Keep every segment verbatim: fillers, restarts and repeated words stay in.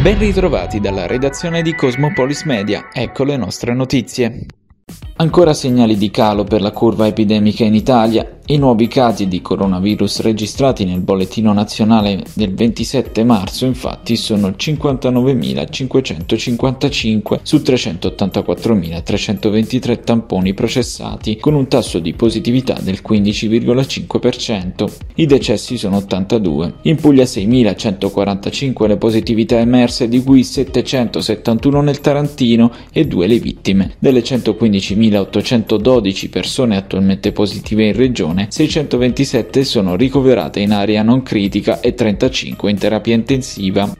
Ben ritrovati dalla redazione di Cosmopolis Media, ecco le nostre notizie. Ancora segnali di calo per la curva epidemica in Italia. I nuovi casi di coronavirus registrati nel bollettino nazionale del ventisette marzo infatti sono cinquantanovemilacinquecentocinquantacinque su trecentottantaquattromilatrecentoventitré tamponi processati, con un tasso di positività del quindici virgola cinque per cento. I decessi sono ottantadue. In Puglia seimilacentoquarantacinque le positività emerse, di cui settecentosettantuno nel Tarantino e due le vittime. Delle centoquindicimilaottocentododici persone attualmente positive in regione, seicentoventisette sono ricoverate in area non critica e trentacinque in terapia intensiva.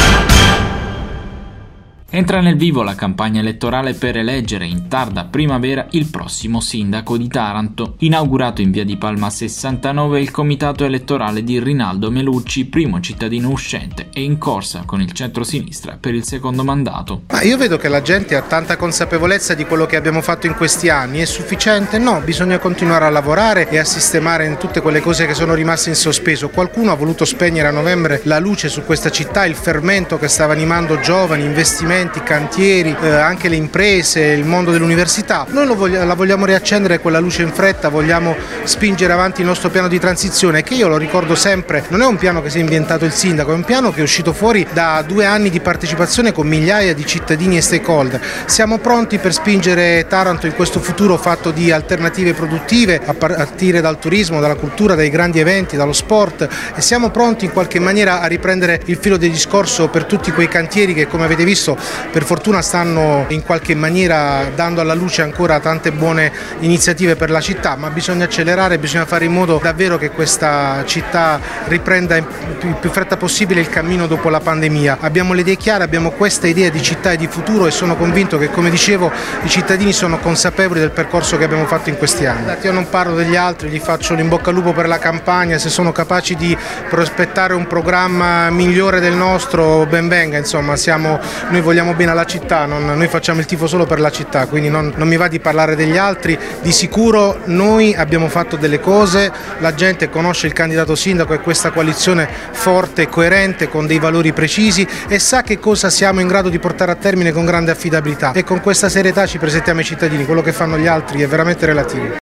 Entra nel vivo la campagna elettorale per eleggere in tarda primavera il prossimo sindaco di Taranto. Inaugurato in via di Palma sessantanove il comitato elettorale di Rinaldo Melucci, primo cittadino uscente e in corsa con il centro-sinistra per il secondo mandato. Ma io vedo che la gente ha tanta consapevolezza di quello che abbiamo fatto in questi anni. È sufficiente? No, bisogna continuare a lavorare e a sistemare in tutte quelle cose che sono rimaste in sospeso. Qualcuno ha voluto spegnere a novembre la luce su questa città, il fermento che stava animando giovani, investimenti, cantieri, eh, anche le imprese, il mondo dell'università. Noi lo vogliamo, la vogliamo riaccendere quella luce in fretta, vogliamo spingere avanti il nostro piano di transizione, che io lo ricordo sempre, non è un piano che si è inventato il sindaco, è un piano che è uscito fuori da due anni di partecipazione con migliaia di cittadini e stakeholder. Siamo pronti per spingere Taranto in questo futuro fatto di alternative produttive, a partire dal turismo, dalla cultura, dai grandi eventi, dallo sport, e siamo pronti in qualche maniera a riprendere il filo del discorso per tutti quei cantieri che, come avete visto, per fortuna stanno in qualche maniera dando alla luce ancora tante buone iniziative per la città, ma bisogna accelerare, bisogna fare in modo davvero che questa città riprenda in più fretta possibile il cammino dopo la pandemia. Abbiamo le idee chiare, abbiamo questa idea di città e di futuro e sono convinto che, come dicevo, i cittadini sono consapevoli del percorso che abbiamo fatto in questi anni. Io non parlo degli altri, gli faccio l'in bocca al lupo per la campagna, se sono capaci di prospettare un programma migliore del nostro, ben venga, insomma, siamo, noi vogliamo bene alla città, non, noi facciamo il tifo solo per la città, quindi non, non mi va di parlare degli altri. Di sicuro noi abbiamo fatto delle cose, la gente conosce il candidato sindaco e questa coalizione forte e coerente con dei valori precisi e sa che cosa siamo in grado di portare a termine con grande affidabilità, e con questa serietà ci presentiamo ai cittadini. Quello che fanno gli altri è veramente relativo.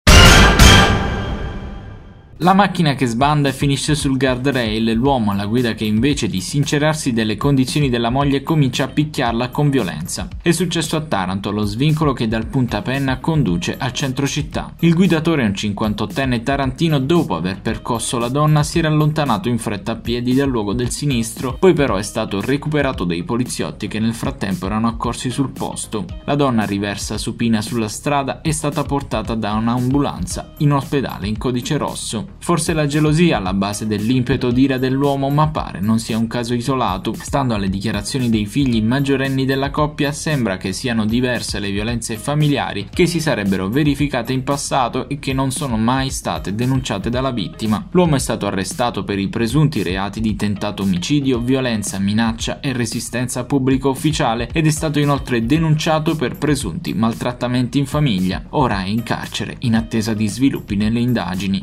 La macchina che sbanda e finisce sul guardrail, l'uomo alla guida che invece di sincerarsi delle condizioni della moglie comincia a picchiarla con violenza. È successo a Taranto, lo svincolo che dal Puntapenna conduce al centro città. Il guidatore, un cinquantottenne tarantino, dopo aver percosso la donna si era allontanato in fretta a piedi dal luogo del sinistro, poi però è stato recuperato dai poliziotti che nel frattempo erano accorsi sul posto. La donna, riversa supina sulla strada, è stata portata da un'ambulanza in ospedale in codice rosso. Forse la gelosia alla base dell'impeto d'ira dell'uomo, ma pare non sia un caso isolato. Stando alle dichiarazioni dei figli maggiorenni della coppia, sembra che siano diverse le violenze familiari che si sarebbero verificate in passato e che non sono mai state denunciate dalla vittima. L'uomo è stato arrestato per i presunti reati di tentato omicidio, violenza, minaccia e resistenza a pubblico ufficiale ed è stato inoltre denunciato per presunti maltrattamenti in famiglia. Ora è in carcere in attesa di sviluppi nelle indagini.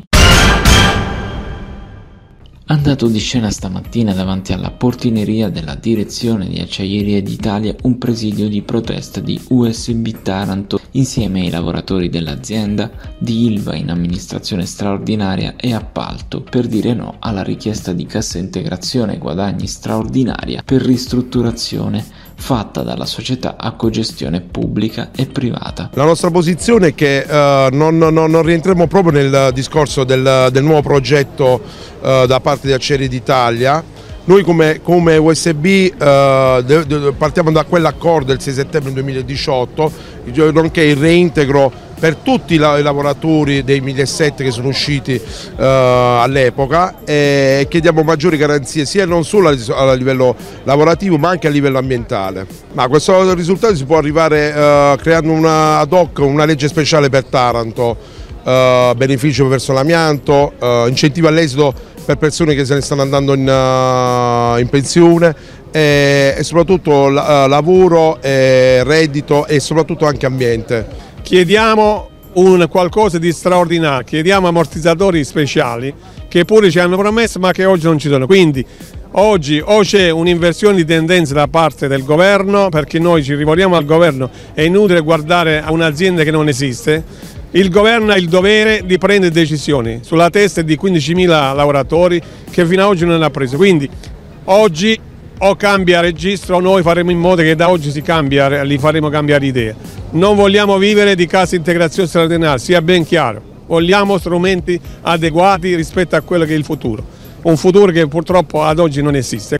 Andato di scena stamattina davanti alla portineria della direzione di Acciaierie d'Italia un presidio di protesta di U S B Taranto insieme ai lavoratori dell'azienda, di Ilva in amministrazione straordinaria e appalto, per dire no alla richiesta di cassa integrazione guadagni straordinaria per ristrutturazione fatta dalla società a cogestione pubblica e privata. La nostra posizione è che uh, non, non, non rientriamo proprio nel discorso del, del nuovo progetto uh, da parte di Acciaierie d'Italia. Noi come, come U S B uh, de, de, partiamo da quell'accordo del sei settembre duemiladiciotto, nonché il reintegro per tutti i lavoratori dei millesettecento che sono usciti uh, all'epoca, e chiediamo maggiori garanzie sia non solo a livello lavorativo ma anche a livello ambientale. Ma a questo risultato si può arrivare uh, creando una ad hoc una legge speciale per Taranto, uh, beneficio verso l'amianto, uh, incentivo all'esito per persone che se ne stanno andando in, uh, in pensione, e, e soprattutto la, uh, lavoro, e reddito e soprattutto anche ambiente. Chiediamo un qualcosa di straordinario, chiediamo ammortizzatori speciali che che pure ci hanno promesso ma che oggi non ci sono. Quindi oggi o c'è un'inversione di tendenza da parte del governo, perché noi ci rivolgiamo al governo, è inutile guardare a un'azienda che non esiste. Il governo ha il dovere di prendere decisioni sulla testa di quindicimila lavoratori che fino ad oggi non ha preso. Quindi oggi o cambia registro, noi faremo in modo che da oggi si cambia, li faremo cambiare idea. Non vogliamo vivere di cassa integrazione straordinaria, sia ben chiaro. Vogliamo strumenti adeguati rispetto a quello che è il futuro. Un futuro che purtroppo ad oggi non esiste.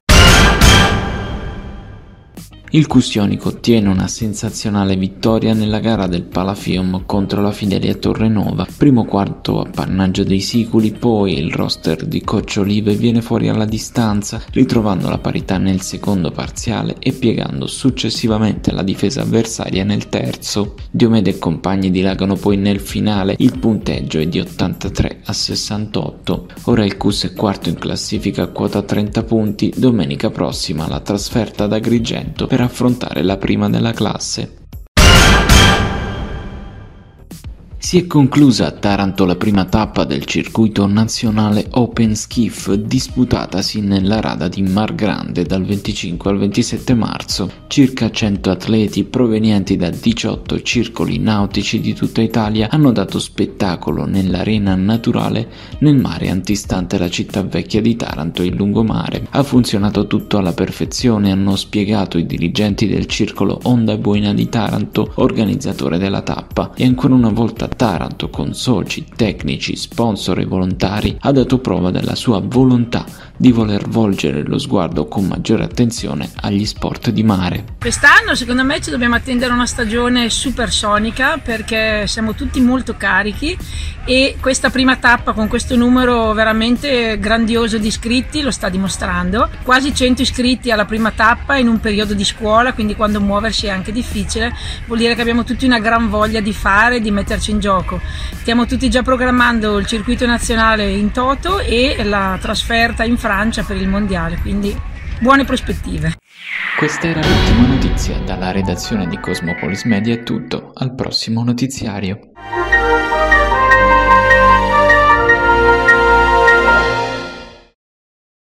Il Custionico ottiene una sensazionale vittoria nella gara del Palafium contro la Fidelia Torrenova, primo quarto appannaggio dei siculi, poi il roster di Coach Olive viene fuori alla distanza, ritrovando la parità nel secondo parziale e piegando successivamente la difesa avversaria nel terzo. Diomede e compagni dilagano poi nel finale, il punteggio è di ottantatré a sessantotto. Ora il Cus è quarto in classifica a quota trenta punti, domenica prossima la trasferta ad Agrigento per affrontare la prima della classe. Si è conclusa a Taranto la prima tappa del circuito nazionale Open Skiff disputatasi nella rada di Mar Grande dal venticinque al ventisette marzo. Circa cento atleti provenienti da diciotto circoli nautici di tutta Italia hanno dato spettacolo nell'arena naturale nel mare antistante la città vecchia di Taranto e il lungomare. Ha funzionato tutto alla perfezione, hanno spiegato i dirigenti del circolo Onda Buena di Taranto, organizzatore della tappa, e ancora una volta Taranto, con soci, tecnici, sponsor e volontari, ha dato prova della sua volontà di voler volgere lo sguardo con maggiore attenzione agli sport di mare. Quest'anno secondo me ci dobbiamo attendere una stagione supersonica perché siamo tutti molto carichi e questa prima tappa con questo numero veramente grandioso di iscritti lo sta dimostrando. Quasi cento iscritti alla prima tappa in un periodo di scuola, quindi quando muoversi è anche difficile, vuol dire che abbiamo tutti una gran voglia di fare, di metterci in gioco. Stiamo tutti già programmando il circuito nazionale in toto e la trasferta in Francia per il mondiale, quindi buone prospettive. Questa era l'ultima notizia. Dalla redazione di Cosmopolis Media è tutto, al prossimo notiziario.